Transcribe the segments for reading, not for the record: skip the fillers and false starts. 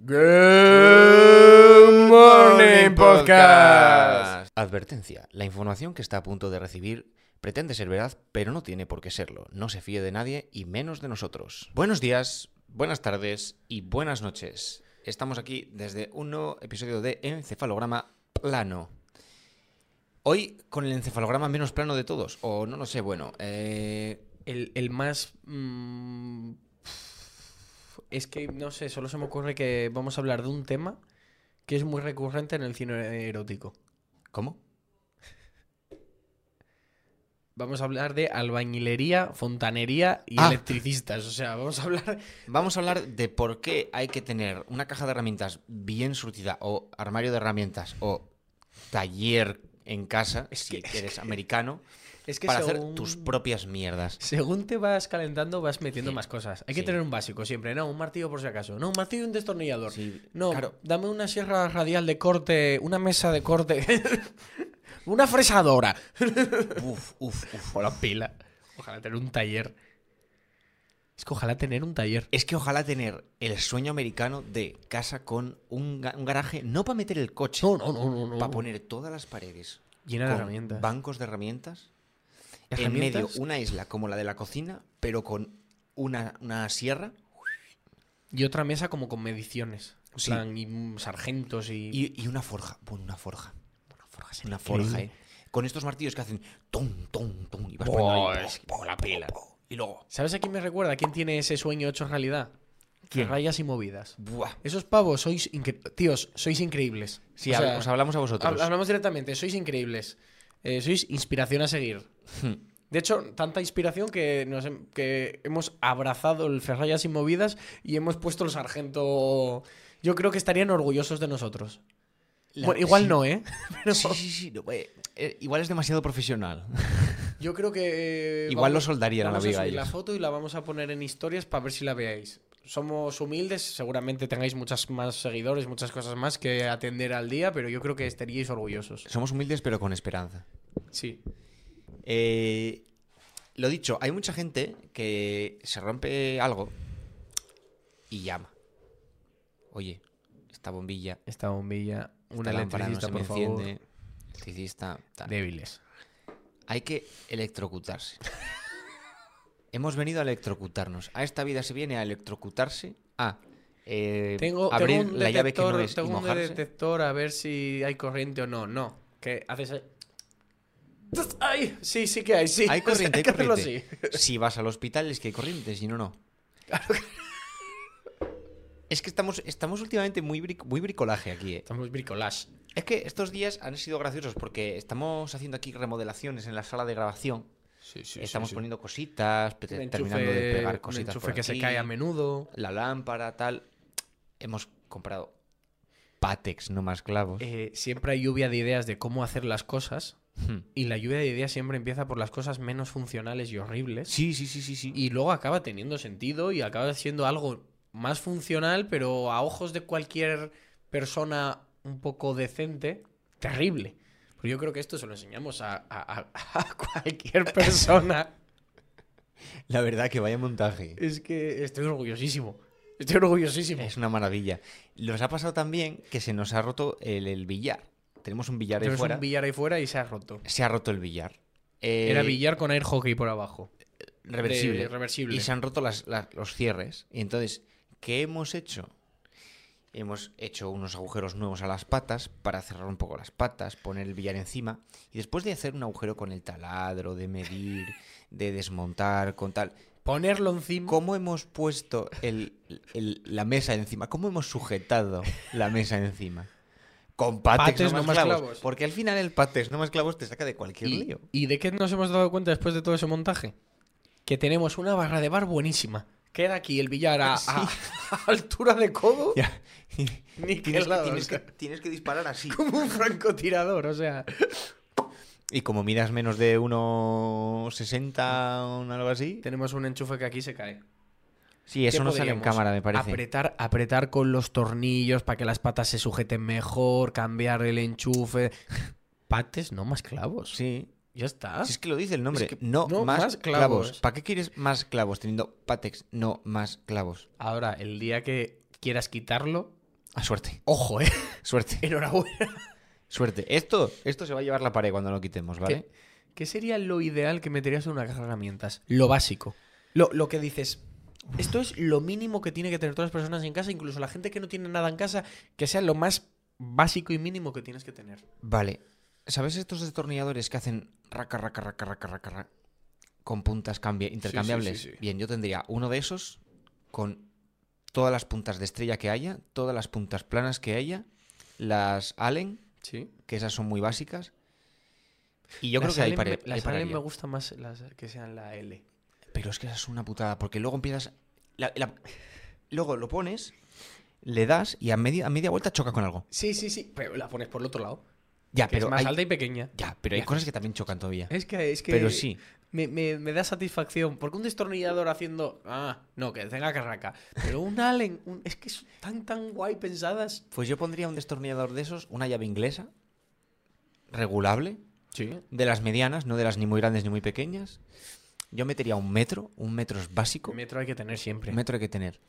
Good Morning Podcast. Advertencia: la información que está a punto de recibir pretende ser verdad, pero no tiene por qué serlo. No se fíe de nadie y menos de nosotros. Buenos días, buenas tardes y buenas noches. Estamos aquí desde un nuevo episodio de Encefalograma Plano. Hoy con el encefalograma menos plano de todos, o no lo sé, bueno. El más... es que, no sé, solo se me ocurre que vamos a hablar de un tema que es muy recurrente en el cine erótico. ¿Cómo? Vamos a hablar de albañilería, fontanería y electricistas. O sea, vamos a hablar... Vamos a hablar de por qué hay que tener una caja de herramientas bien surtida, o armario de herramientas, o taller en casa, si eres americano, Es que para hacer tus propias mierdas. Según te vas calentando, vas metiendo Sí. más cosas. Hay Sí. que tener un básico siempre. No, un martillo por si acaso. No, un martillo y un destornillador. Sí, No, claro. dame una sierra radial de corte, una mesa de corte, una fresadora. Uf. O la pila. Ojalá tener un taller. Es que ojalá tener un taller. Es que ojalá tener el sueño americano de casa con un garaje, no para meter el coche, No. para poner todas las paredes Llena de con herramientas. bancos de herramientas. En ¿Herramientas? medio una isla como la de la cocina, pero con una sierra Y otra mesa como con mediciones. En Sí. plan, y sargentos y... y una forja. Bueno, una forja. sería Una forja, increíble. Con estos martillos que hacen ton, y vas Buah, poniendo ahí, es que la pila. y luego, ¿Sabes a quién me recuerda? ¿Quién tiene ese sueño hecho realidad? ¿Quién? Rayas y movidas. buah. Esos pavos sois tíos, sois increíbles. Sí, O sea, os hablamos a vosotros. hablamos directamente, sois increíbles. Sois inspiración a seguir. De hecho, tanta inspiración que hemos abrazado el Ferrayas y movidas y hemos puesto el sargento. Yo creo que estarían orgullosos de nosotros. Bueno, igual sí. no, ¿eh? Pero Sí. No, igual es demasiado profesional. yo creo que. Igual lo soldarían a la vamos viga subir la ellos. foto y la vamos a poner en historias para ver si la veáis. Somos humildes, seguramente tengáis muchas más seguidores, muchas cosas más que atender al día, pero yo creo que estaríais orgullosos. Somos humildes pero con esperanza. Sí. Lo dicho, hay mucha gente que se rompe algo y llama. Oye, esta bombilla, Esta bombilla, un esta lámpara no electricista, se me por favor. enciende. Electricista, tal. Débiles. Hay que electrocutarse. Hemos venido a electrocutarnos. A esta vida se viene a electrocutarse, a abrir un la llave que no detector, es y tengo un mojarse. detector a ver si hay corriente o no. No. ¿Qué haces ahí? ¡Ay! Sí que hay, sí. Hay corriente, Hay que hay hacerlo corriente. así. Si vas al hospital es que hay corriente, si no, no. Es que estamos últimamente muy bricolaje aquí, ¿eh? Estamos bricolage. Es que estos días han sido graciosos porque estamos haciendo aquí remodelaciones en la sala de grabación. Sí. Estamos poniendo cositas, Un terminando de pegar cositas un enchufe por que se aquí, cae a menudo. la lámpara, tal. Hemos comprado Patex, no más clavos. Siempre hay lluvia de ideas de cómo hacer las cosas. Y la lluvia de ideas siempre empieza por las cosas menos funcionales y horribles. Sí. Y luego acaba teniendo sentido y acaba siendo algo más funcional, pero a ojos de cualquier persona un poco decente, terrible. Pero yo creo que esto se lo enseñamos a cualquier persona. La verdad que vaya montaje. Es que estoy orgullosísimo. Estoy orgullosísimo. Es una maravilla. Nos ha pasado también que se nos ha roto el billar. Tenemos un billar ahí Tenemos fuera. un billar ahí fuera y se ha roto. Se ha roto el billar. Era billar con air hockey por abajo. Reversible. Reversible. Y se han roto los cierres. Y entonces, ¿qué hemos hecho? Hemos hecho unos agujeros nuevos a las patas para cerrar un poco las patas, poner el billar encima. Y después de hacer un agujero con el taladro, de medir, de desmontar, con tal... Ponerlo encima. ¿Cómo hemos puesto la mesa encima? ¿Cómo hemos sujetado la mesa encima? Con patex no más clavos. Porque al final el patex no más clavos te saca de cualquier lío. ¿Y de qué nos hemos dado cuenta después de todo ese montaje? Que tenemos una barra de bar buenísima. Queda aquí el billar a altura de codo. Ya. Ni que Tienes que disparar así. como un francotirador, o sea. Y como midas menos de 1,60 o algo así. Tenemos un enchufe que aquí se cae. Sí, eso ¿Qué no sale en podríamos? cámara, me parece. Apretar con los tornillos para que las patas se sujeten mejor, cambiar el enchufe. Pates, no más clavos. Sí. Ya está. Si es que lo dice el nombre. Es que no más más clavos. clavos. ¿Para qué quieres más clavos teniendo Patex? No más clavos. Ahora, el día que quieras quitarlo, A suerte. Ojo, Suerte. Enhorabuena. Suerte. Esto se va a llevar la pared cuando lo quitemos, ¿vale? ¿Qué sería lo ideal que meterías en una caja de herramientas? Lo básico. Lo que dices. Esto es lo mínimo que tiene que tener todas las personas en casa, incluso la gente que no tiene nada en casa, que sea lo más básico y mínimo que tienes que tener. Vale. ¿Sabes estos destornilladores que hacen raca, raca, raca, raca, raca, raca, con puntas intercambiables? Sí. Bien, yo tendría uno de esos con todas las puntas de estrella que haya, todas las puntas planas que haya, las Allen, Sí. que esas son muy básicas. Y yo Las creo que Allen ahí las Allen pararía. me gustan más las que sean la L. Pero es que esa es una putada, porque luego empiezas... Luego lo pones, le das y a media vuelta choca con algo. Sí, pero la pones por el otro lado. Ya, Que pero es más hay... alta y pequeña. Ya, pero hay Ya. cosas que también chocan todavía. Es que Pero sí. me da satisfacción. Porque un destornillador haciendo. No, que tenga carraca. Pero un Allen, es que son tan guay pensadas. Pues yo pondría un destornillador de esos, una llave inglesa, regulable, Sí. de las medianas, no de las ni muy grandes ni muy pequeñas. Yo metería un metro es básico. Metro hay que tener siempre. Un metro hay que tener.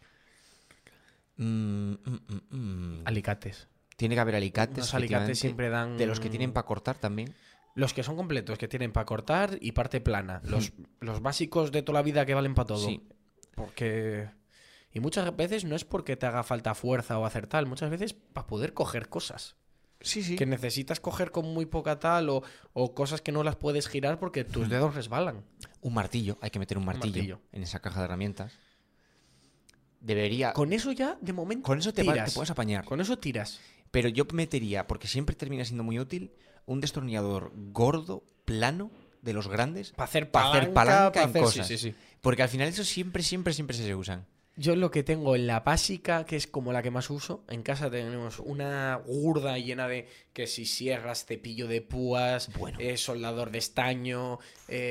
Alicates. Tiene que haber alicates. Los alicates efectivamente, siempre dan. de los que tienen para cortar también. Los que son completos, que tienen para cortar y parte plana. Los básicos de toda la vida que valen para todo. Sí. Porque. Y muchas veces no es porque te haga falta fuerza o hacer tal. Muchas veces para poder coger cosas. Sí. Que necesitas coger con muy poca tal o cosas que no las puedes girar porque tus dedos resbalan. Un martillo, hay que meter un martillo en esa caja de herramientas. Debería... Con eso ya, de momento, Con eso te tiras. puedes apañar. Con eso tiras. Pero yo metería, porque siempre termina siendo muy útil, un destornillador gordo, plano, de los grandes, Para hacer para hacer palanca en cosas. Sí. Porque al final eso siempre se usan. Yo lo que tengo en la básica, que es como la que más uso, en casa tenemos una gurda llena de que si sierras, cepillo de púas, Bueno. soldador de estaño,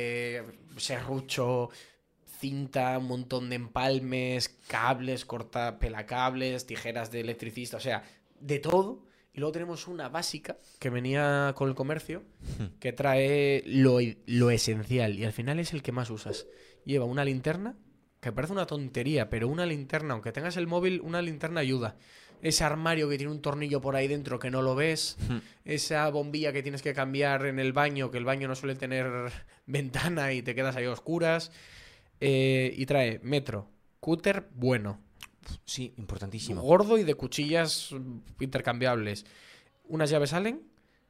serrucho, cinta, un montón de empalmes, cables, pelacables, tijeras de electricista, o sea, de todo. Y luego tenemos una básica que venía con el comercio, que trae lo esencial y al final es el que más usas. Lleva una linterna, que parece una tontería, pero una linterna, aunque tengas el móvil, una linterna ayuda. Ese armario que tiene un tornillo por ahí dentro que no lo ves, esa bombilla que tienes que cambiar en el baño, que el baño no suele tener ventana y te quedas ahí a oscuras. Y trae metro, cúter bueno, Sí, importantísimo. gordo y de cuchillas intercambiables. Unas llaves Allen,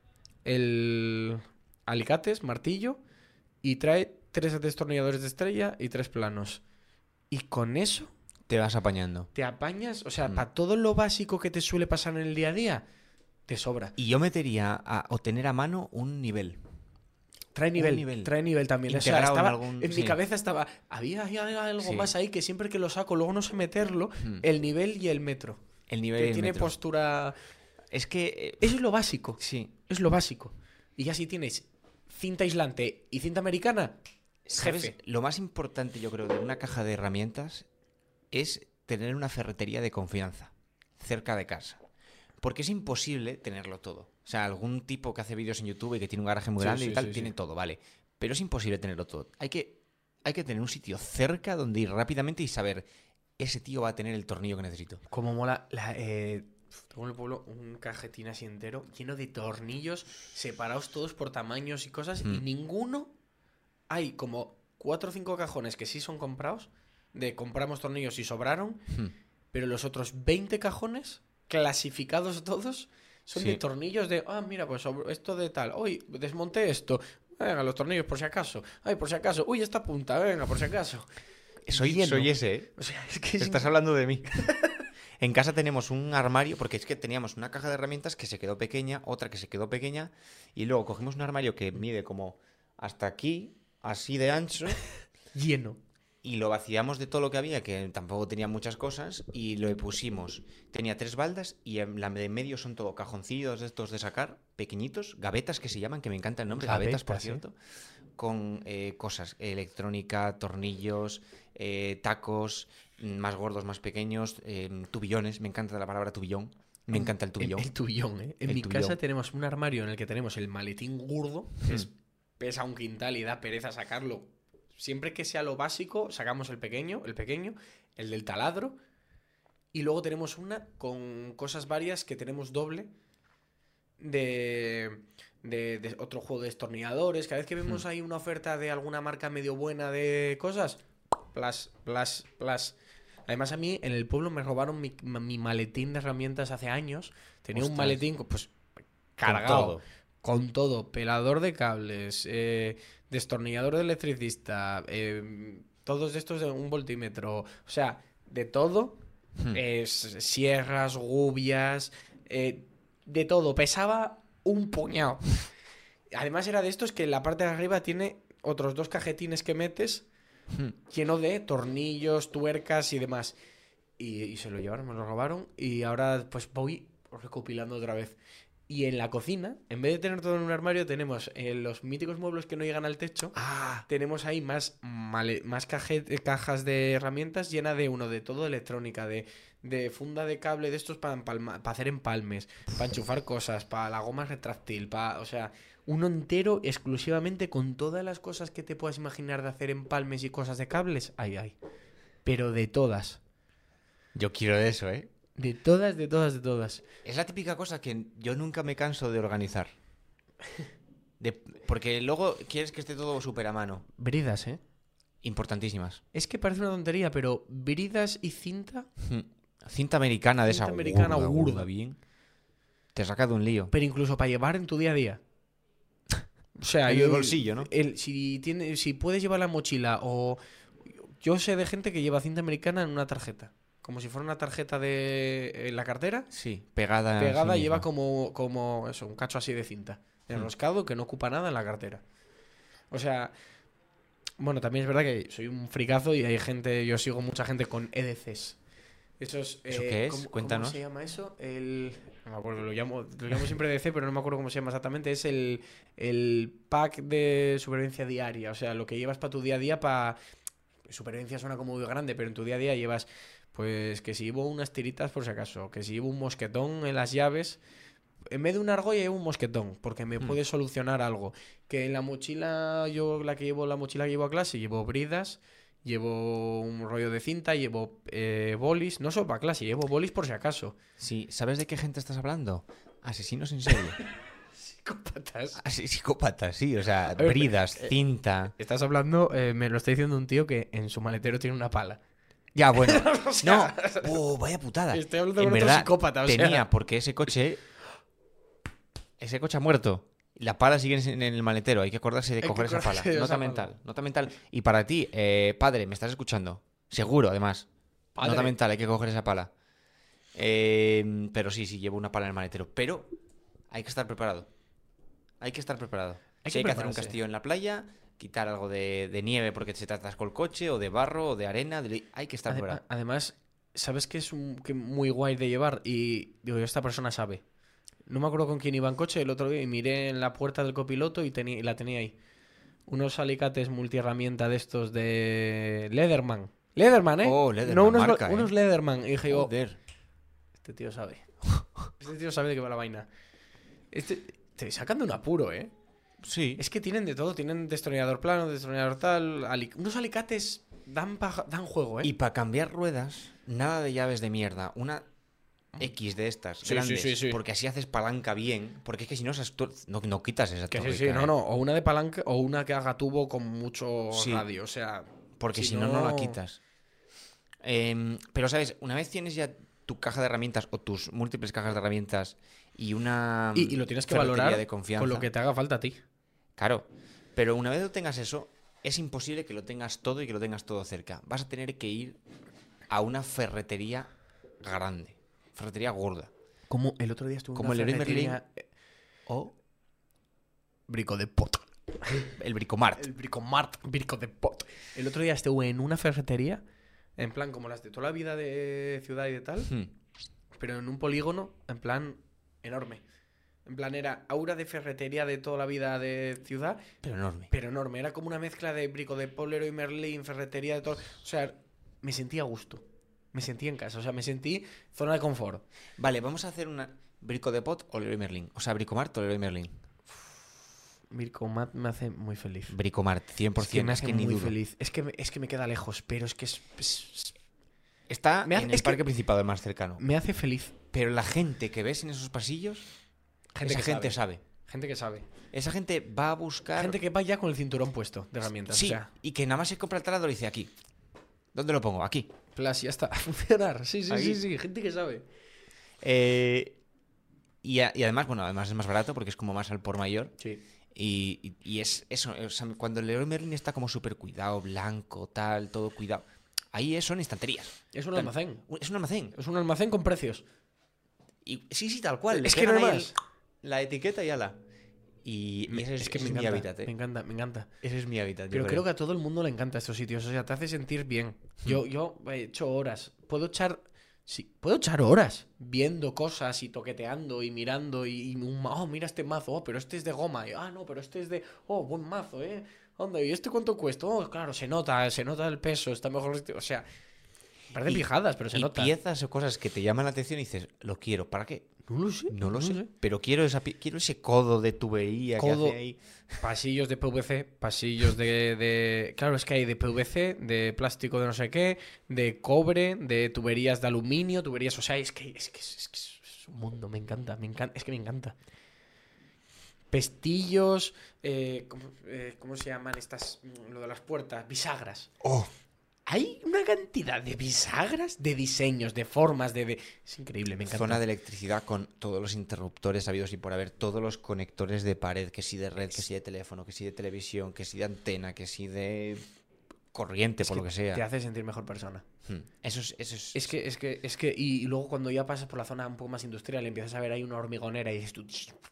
el alicates, martillo y trae 3 destornilladores de estrella y 3 planos. Y con eso Te vas apañando. te apañas, o sea, para todo lo básico que te suele pasar en el día a día, te sobra. Y yo metería o tener a mano un nivel. Trae nivel también. O sea, Integrado en estaba, algún- en sí. mi cabeza estaba, había algo Sí. más ahí que siempre que lo saco, luego no sé meterlo, el nivel y el metro. El nivel y Que el tiene metro. postura. Es que... Eso es lo básico. sí. Es lo básico. Y ya si tienes cinta aislante y cinta americana, ¿Sabes? jefe. Lo más importante, yo creo, de una caja de herramientas es tener una ferretería de confianza cerca de casa. Porque es imposible tenerlo todo. O sea, algún tipo que hace vídeos en YouTube y que tiene un garaje muy Sí, grande sí, y tal, sí, tiene sí. todo, vale. Pero es imposible tenerlo todo. Hay que tener un sitio cerca donde ir rápidamente y saber, ese tío va a tener el tornillo que necesito. Como mola. Tengo en el pueblo un cajetín así entero, lleno de tornillos, separados todos por tamaños y cosas, y ninguno. Hay como 4 o 5 cajones que sí son comprados, de compramos tornillos y sobraron, pero los otros 20 cajones, clasificados todos, son Sí. de tornillos de, mira, pues esto de tal, hoy desmonté esto, venga, los tornillos por si acaso, ay, por si acaso, uy, esta punta, venga, por si acaso. Lleno. Soy ese, ¿eh? O sea, es que Estás hablando de mí. En casa tenemos un armario, porque es que teníamos una caja de herramientas que se quedó pequeña, otra que se quedó pequeña, y luego cogimos un armario que mide como hasta aquí, así de ancho, lleno. y lo vaciamos de todo lo que había, que tampoco tenía muchas cosas, y lo pusimos. Tenía 3 baldas, y en la de en medio son todo cajoncillos de estos de sacar, pequeñitos, gavetas que se llaman, que me encanta el nombre, gavetas, por Gavetas, cierto, con cosas, electrónica, tornillos, tacos, más gordos, más pequeños, tubillones, me encanta la palabra tubillón, me encanta el tubillón. El tubillón, ¿eh? En El mi tubillón. casa tenemos un armario en el que tenemos el maletín gordo, que pesa un quintal y da pereza sacarlo. Siempre que sea lo básico, sacamos el pequeño, el del taladro, Y luego tenemos una con cosas varias que tenemos doble de otro juego de destornilladores. Cada vez que vemos ahí una oferta de alguna marca medio buena de cosas, plas, plas, plas. Además, a mí en el pueblo me robaron mi maletín de herramientas hace años. Tenía un Ostras. maletín, pues, cargado. todo. Con todo. Pelador de cables, destornillador de electricista, todos estos de un voltímetro. O sea, de todo. Sierras, gubias, de todo. Pesaba un puñado. Además era de estos que en la parte de arriba tiene otros 2 cajetines que metes lleno de tornillos, tuercas y demás. Y se lo llevaron, me lo robaron. Y ahora pues voy recopilando otra vez. Y en la cocina, en vez de tener todo en un armario, tenemos los míticos muebles que no llegan al techo. Tenemos ahí más cajas de herramientas llenas de de todo electrónica, de funda de cable de estos para hacer empalmes, para enchufar cosas, para la goma retráctil, o sea, uno entero exclusivamente con todas las cosas que te puedas imaginar de hacer empalmes y cosas de cables. Ay. Pero de todas. Yo quiero de eso, ¿eh? De todas, de todas, de todas. Es la típica cosa que yo nunca me canso de organizar. Porque luego quieres que esté todo súper a mano. Bridas, ¿eh? Importantísimas. Es que parece una tontería, pero bridas y cinta... Cinta americana de Cinta esa americana gorda, gorda. bien. Te saca de un lío. Pero incluso para llevar en tu día a día. O sea, En el bolsillo, ¿no? Si puedes llevar la mochila o... Yo sé de gente que lleva cinta americana en una tarjeta. Como si fuera una tarjeta de la cartera. Sí, pegada. Pegada, sí lleva misma. como eso, un cacho así de cinta. Enroscado que no ocupa nada en la cartera. O sea... Bueno, también es verdad que soy un fricazo y hay gente... Yo sigo mucha gente con EDCs. ¿Eso qué es? Cuéntanos. ¿Cómo se llama eso? No me acuerdo, lo llamo siempre DC, pero no me acuerdo cómo se llama exactamente. Es el pack de supervivencia diaria. O sea, lo que llevas para tu día a día, para... Supervivencia suena como muy grande, pero en tu día a día llevas, pues, que si llevo unas tiritas por si acaso, que si llevo un mosquetón en las llaves... En vez de una argolla llevo un mosquetón, porque me puede solucionar algo. Que en la mochila, la que llevo a clase, llevo bridas... Llevo un rollo de cinta, llevo bolis, no solo para clase, llevo bolis por si acaso. Sí, ¿sabes de qué gente estás hablando? Asesinos en serie. Psicópatas. Psicópatas, sí, o sea, ver, bridas, cinta. Estás hablando, me lo está diciendo un tío que en su maletero tiene una pala. Ya, bueno. O sea, no, vaya putada. Estoy hablando En con otro verdad, psicópata, o sea. tenía, porque ese coche ha muerto. La pala sigue en el maletero. Hay que acordarse de Hay que coger esa pala. acordarse de Nota esa mental. pala. Nota mental. Y para ti, padre, ¿me estás escuchando? Seguro, además. Padre. Nota mental, hay que coger esa pala. Pero sí, llevo una pala en el maletero. Pero hay que estar preparado. Hay que estar preparado. Si hay que hacer un castillo en la playa, quitar algo de nieve porque se te atascó el coche, o de barro, o de arena. Hay que estar preparado. Además, ¿sabes qué es muy guay de llevar? Y digo, esta persona sabe. No me acuerdo con quién iba en coche el otro día y miré en la puerta del copiloto y la tenía ahí. Unos alicates multiherramienta de estos de Leatherman. Leatherman, ¿eh? Oh, Leatherman, no, marca, unos Leatherman. Y dije yo, Joder. este tío sabe. Este tío sabe de qué va la vaina. Te sacan de un apuro, ¿eh? Sí. Es que tienen de todo. Tienen destornillador plano, destornillador tal. Unos alicates dan juego, ¿eh? Y para cambiar ruedas, nada de llaves de mierda. Una X de estas, grandes. Sí. Porque así haces palanca bien. Porque es que si no, no quitas esa Que torrica, sí, no. O una de palanca o una que haga tubo con mucho radio. O sea... Porque si no la quitas. Pero, ¿sabes? Una vez tienes ya tu caja de herramientas o tus múltiples cajas de herramientas y una Y lo tienes que ferretería valorar de confianza. con lo que te haga falta a ti. Claro. Pero una vez tengas eso, es imposible que lo tengas todo y que lo tengas todo cerca. Vas a tener que ir a una ferretería grande. Ferretería gorda. Como el otro día estuve en Como una el Leroy Merlin ferretería... o Brico de pot. el Bricomart. El Bricomart, Brico de pot. El otro día estuve en una ferretería, en plan como las de toda la vida de ciudad y de tal, pero en un polígono, en plan enorme. En plan era aura de ferretería de toda la vida de ciudad. Pero enorme. Pero enorme. Era como una mezcla de Brico de Pot, Leroy Merlin, ferretería de todo. O sea, me sentía a gusto. Me sentí en casa. O sea, me sentí zona de confort. Vale, vamos a hacer una Brico de Pot o Leroy Merlin. O sea, Bricomart o Leroy Merlin. Bricomat me hace muy feliz. Bricomart, 100%. Es que me hace ni muy dudo. feliz. Es que me queda lejos, pero es que es Está Me hace- en el es que- parque principal, el más cercano. Me hace feliz. Pero la gente que ves en esos pasillos, esa gente sabe. Gente que sabe. Esa gente va a buscar... Gente que va ya con el cinturón puesto de herramientas. Sí, O sea, y que nada más se compra el taladro y dice aquí. ¿Dónde lo pongo? Aquí. plus, ya está. A funcionar. Sí. Ahí. Gente que sabe. Y además, bueno, además es más barato porque es como más al por mayor. Sí. Y es eso, o sea, cuando el Leroy Merlin está como súper cuidado, blanco, tal, todo cuidado. Ahí son estanterías. Es un Plan, almacén. Es un almacén. Es un almacén con precios. Y, sí, tal cual. Es le que no pegan hay ahí más. la etiqueta y ala. Y ese es, Es que ese me es mi encanta. hábitat, ¿eh? Me encanta. Ese es mi hábitat. Pero creo que a todo el mundo le encanta estos sitios. O sea, te hace sentir bien. Yo he hecho horas. Puedo echar horas viendo cosas y toqueteando y mirando mira este mazo, pero este es de goma. No, pero este es de, buen mazo, Anda, ¿y este cuánto cuesta? Claro, se nota el peso, está mejor. O sea, parecen pijadas, pero se nota. Piezas o cosas que te llaman la atención y dices, lo quiero. ¿Para qué? No lo sé. No lo sé. Pero quiero ese codo de tubería que hace ahí. Pasillos de PVC, pasillos de... Claro, es que hay de PVC, de plástico de no sé qué, de cobre, de tuberías de aluminio, tuberías... O sea, es que es un mundo, me encanta, es que me encanta. Pestillos, ¿cómo se llaman estas? Lo de las puertas, bisagras. ¡Oh! Hay una cantidad de bisagras, de diseños, de formas, Es increíble, me encanta. Zona de electricidad con todos los interruptores habidos y por haber, todos los conectores de pared, que si de red, que si de teléfono, que si de televisión, que si de antena, que si de corriente, por lo que sea. Te hace sentir mejor persona. Eso es... Es que, y luego cuando ya pasas por la zona un poco más industrial y empiezas a ver ahí una hormigonera y dices tú,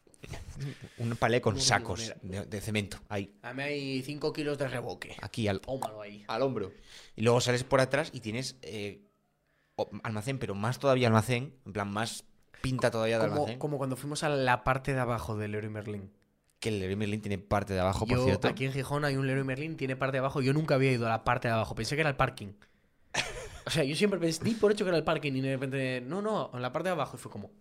Un palé con Una sacos hormigonera. de cemento. Ahí, dame ahí 5 kilos de reboque. aquí, Tómalo ahí. al hombro. Y luego sales por atrás y tienes almacén, pero más todavía almacén. En plan, más pinta todavía de almacén. Como cuando fuimos a la parte de abajo del Leroy Merlin. Que el Leroy Merlin tiene parte de abajo, por cierto. Aquí en Gijón hay un Leroy Merlin, tiene parte de abajo. Yo nunca había ido a la parte de abajo. Pensé que era el parking. O sea, yo siempre pensé, di por hecho que era el parking y de repente, no, en la parte de abajo. Y fue como...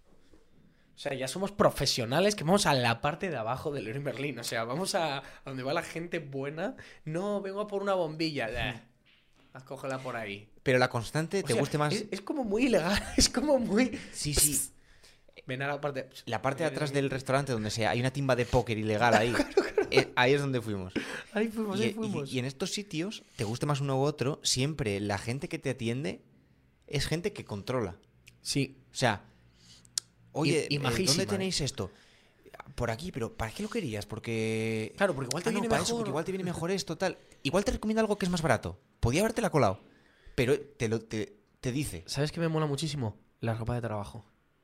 O sea, ya somos profesionales que vamos a la parte de abajo del Leroy Merlin. O sea, vamos a donde va la gente buena. No, vengo a por una bombilla. Cógela por ahí. Pero la constante, O ¿te sea, guste más? Es como muy ilegal. Es como muy... Sí, sí. Ven a la parte... La parte de atrás del restaurante donde hay una timba de póker ilegal ahí. Ahí es donde fuimos. Ahí fuimos, ahí fuimos. Y en estos sitios, te guste más uno u otro, siempre la gente que te atiende es gente que controla. Sí. O sea, oye, Y majísima, ¿dónde tenéis esto? Por aquí, pero ¿para qué lo querías? Porque... Claro, porque igual te viene para mejor. eso, porque igual te viene mejor esto, tal. Igual te recomienda algo que es más barato. Podía habértela colado. Pero te dice. ¿Sabes qué me mola muchísimo? La ropa de trabajo.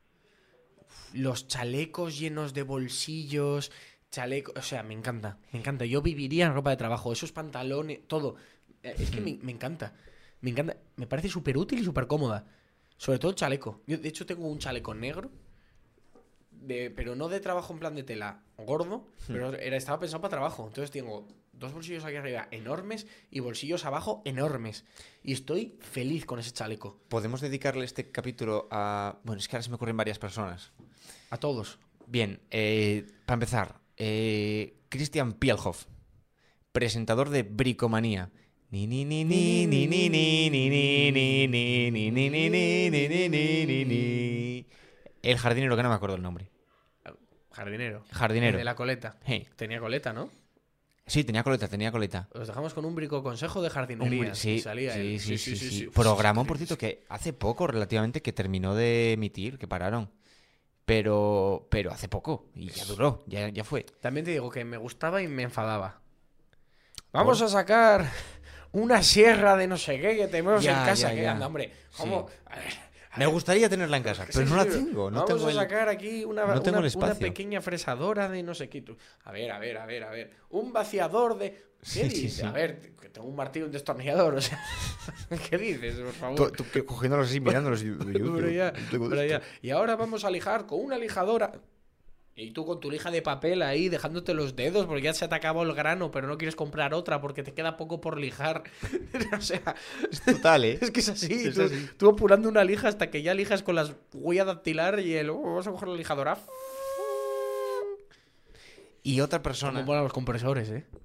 Los chalecos llenos de bolsillos, o sea, me encanta, me encanta. Yo viviría en ropa de trabajo, esos pantalones, todo. Es que me encanta, me encanta. Me parece súper útil y súper cómoda. Sobre todo el chaleco. Yo, de hecho, tengo un chaleco negro, pero no de trabajo en plan de tela gordo, pero estaba pensado para trabajo. Entonces tengo 2 bolsillos aquí arriba enormes y bolsillos abajo enormes. Y estoy feliz con ese chaleco. Podemos dedicarle este capítulo a... Bueno, es que ahora se me ocurren varias personas. A todos. Bien, para empezar, Christian Pielhoff, presentador de Bricomanía. El jardinero, que no me acuerdo el nombre. Jardinero. Jardinero. De la coleta. Hey. Tenía coleta, ¿no? Sí, tenía coleta. Os dejamos con un brico consejo de jardinería. Sí, salía él. sí. Programón, por cierto, que hace poco relativamente que terminó de emitir, que pararon. Pero hace poco. Y ya duró, ya fue. También te digo que me gustaba y me enfadaba. Vamos a sacar una sierra de no sé qué que tenemos en casa. Que anda, hombre. ¿Cómo? Sí. Me gustaría tenerla en casa, pero no la tengo. No Vamos tengo a sacar aquí una el espacio. una pequeña fresadora de no sé qué. A ver. Un vaciador de... ¿Qué dices? Sí. A ver, que tengo un martillo y un destornillador. O sea, ¿qué dices, por favor? Tú cogiéndolos así, mirándolos. Pero ya. Y ahora vamos a lijar con una lijadora. Y tú con tu lija de papel ahí dejándote los dedos porque ya se te acabó el grano, pero no quieres comprar otra porque te queda poco por lijar. O sea, es total, ¿eh? Es que es así. Es así. Tú apurando una lija hasta que ya lijas con las huellas dactilar y vamos a coger la lijadora. Y otra persona... Como molan los compresores, ¿eh?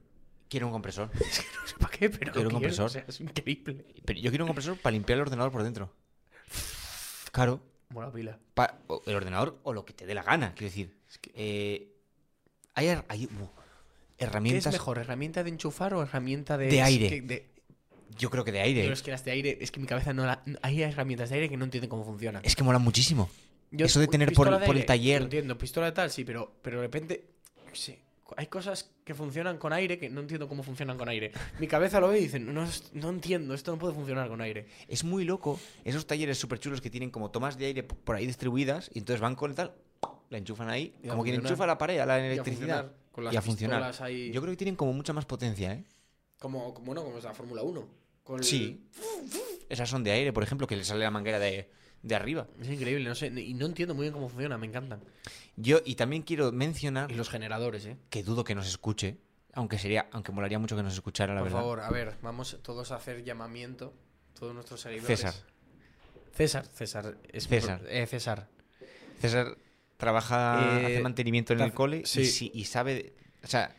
Quiero un compresor. Es que no sé para qué, pero Quiero un compresor. o sea, es increíble. Pero yo quiero un compresor para limpiar el ordenador por dentro. Claro. Mola pila. O el ordenador o lo que te dé la gana, quiero decir. Es que... Hay ¿Qué herramientas... es mejor, herramienta de enchufar o herramienta de... De aire. Es que Yo creo que de aire. Pero es que las de aire, es que mi cabeza no la... Hay herramientas de aire que no entienden cómo funcionan. Es que mola muchísimo. Eso de tener pistola por el aire, taller... Lo entiendo, pistola de tal, sí, pero de repente... Sí, hay cosas que funcionan con aire que no entiendo cómo funcionan con aire. Mi cabeza lo ve y dice, no entiendo, esto no puede funcionar con aire. Es muy loco esos talleres súper chulos que tienen como tomas de aire por ahí distribuidas y entonces van con el tal, la enchufan ahí, Y a como quien funcionar. enchufa la pared a la Y a electricidad. funcionar, con las Y a funcionar. pistolas ahí... Yo creo que tienen como mucha más potencia, ¿eh? Como es la Fórmula 1. Con el- Sí. Esas son de aire, por ejemplo, que le sale la manguera de arriba. Es increíble, no sé, y no entiendo muy bien cómo funciona, me encantan. Y también quiero mencionar Y los generadores, que dudo que nos escuche, aunque molaría mucho que nos escuchara, la Por verdad. favor, a ver, vamos todos a hacer llamamiento, todos nuestros seguidores. César. César. César. César trabaja, hace mantenimiento en el cole sí. y sabe, o sea,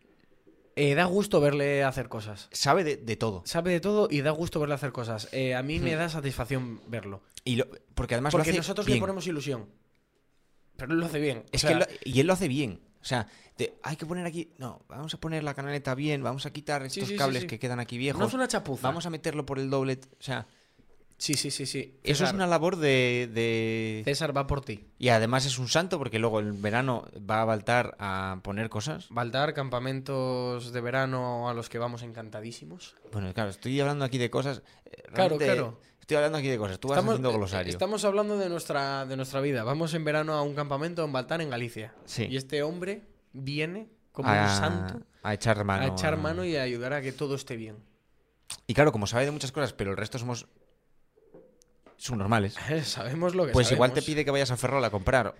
Da gusto verle hacer cosas. sabe de todo. Sabe de todo y da gusto verle hacer cosas. A mí me da satisfacción verlo. Porque además Porque lo hace nosotros bien. le ponemos ilusión. Pero él lo hace bien. Es O sea, que él lo hace bien. O sea, hay que poner aquí... No, vamos a poner la canaleta bien, vamos a quitar estos sí, cables sí. que quedan aquí viejos. no es una chapuza. Vamos a meterlo por el doble. O sea, Sí. eso es una labor de... César va por ti. Y además es un santo porque luego en verano va a Baltar a poner cosas. Baltar, campamentos de verano a los que vamos encantadísimos. Bueno, claro, estoy hablando aquí de cosas... Claro, realmente claro. Estoy hablando aquí de cosas. Tú vas haciendo glosario. Estamos hablando de nuestra vida. Vamos en verano a un campamento en Baltar, en Galicia. Sí. Y este hombre viene como un santo a echar mano. a echar mano y a ayudar a que todo esté bien. Y claro, como sabe de muchas cosas, pero el resto somos subnormales. Sabemos lo que Pues sabemos. igual te pide que vayas a Ferrol a comprar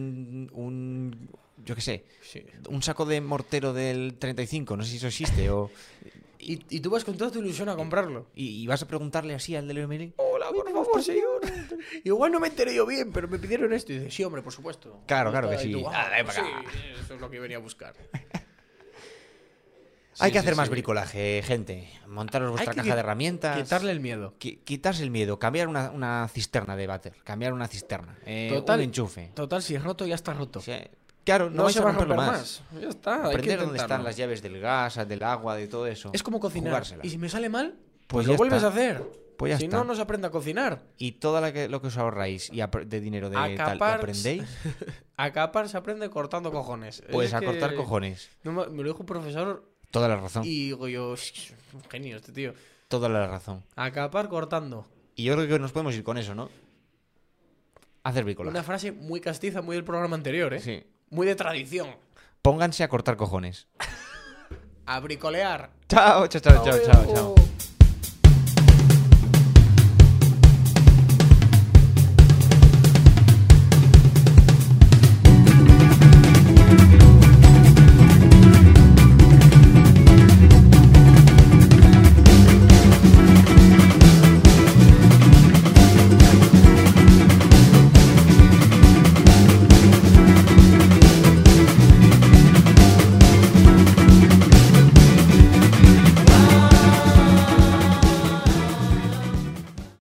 yo qué sé, Sí. un saco de mortero del 35, no sé si eso existe, Y tú vas con toda tu ilusión a comprarlo. y vas a preguntarle así al del ML. Hola, por favor, señor. Igual no me enteré yo bien, pero me pidieron esto. Y dice, sí, hombre, por supuesto. Claro que Y sí. tú, Dale para sí, acá. eso es lo que venía a buscar. Hay que hacer más bricolaje, gente. Montaros vuestra Hay que caja de herramientas. Quitarle el miedo. Quitarse el miedo. Cambiar una cisterna de váter. Cambiar una cisterna. Total, un enchufe. Total, si es roto, ya está roto. O sea, claro, no, no vais se a va a romperlo romper más. más. Ya está, hay que Aprender dónde intentarlo. están las llaves del gas, del agua, de todo eso. Es como cocinar. Jugársela. Y si me sale mal, Pues pues ya lo vuelves está. a hacer. Pues ya si está. no, no se aprende a cocinar. Y todo lo que os ahorráis de dinero de tal, y Acapar- aprendéis, A capar se aprende cortando cojones. pues Es a que- cortar cojones. No, me lo dijo un profesor Toda la razón. y digo yo, es un genio este tío. Toda la razón. A capar cortando. Y yo creo que nos podemos ir con eso, ¿no? Hacer bricolaje. Una frase muy castiza, muy del programa anterior, ¿eh? Sí. Muy de tradición. Pónganse a cortar cojones. A bricolear. Chao, chao, chao, chao, chao, chao.